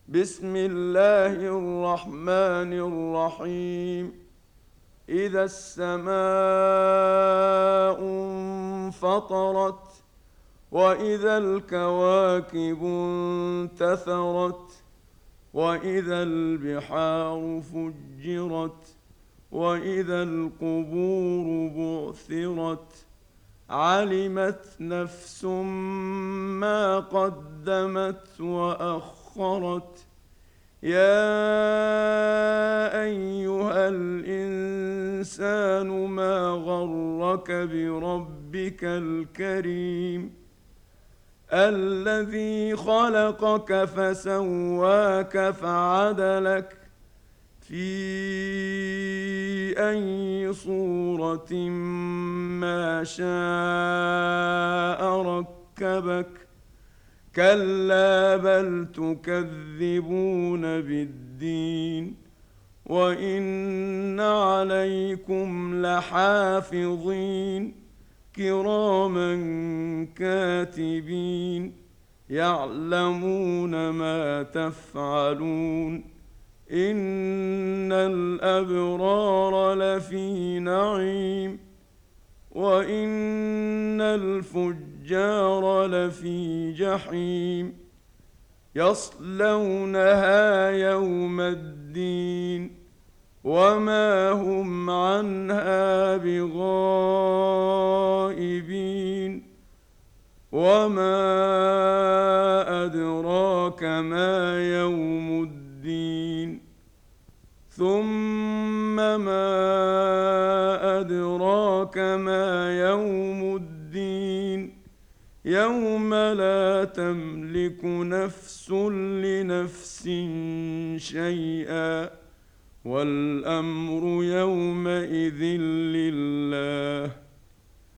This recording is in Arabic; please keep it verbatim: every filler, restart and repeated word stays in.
بسم الله الرحمن الرحيم. إذا السماء انفطرت وإذا الكواكب انتثرت وإذا البحار فجرت وإذا القبور بعثرت علمت نفس ما قدمت وأخرت. يا أيها الإنسان ما غرك بربك الكريم الذي خلقك فسواك فعدلك في أي صورة ما شاء ركبك. كلا بل تكذبون بالدين وإن عليكم لحافظين كراما كاتبين يعلمون ما تفعلون. إن الأبرار لفي نعيم وإن الفجار لفي جحيم يصلونها يوم الدين وما هم عنها بغائبين. وما أدراك ما يوم الدين ثم ما أدراك ما يوم الدين يوم لا تملك نفس لنفس شيئا والأمر يومئذ لله.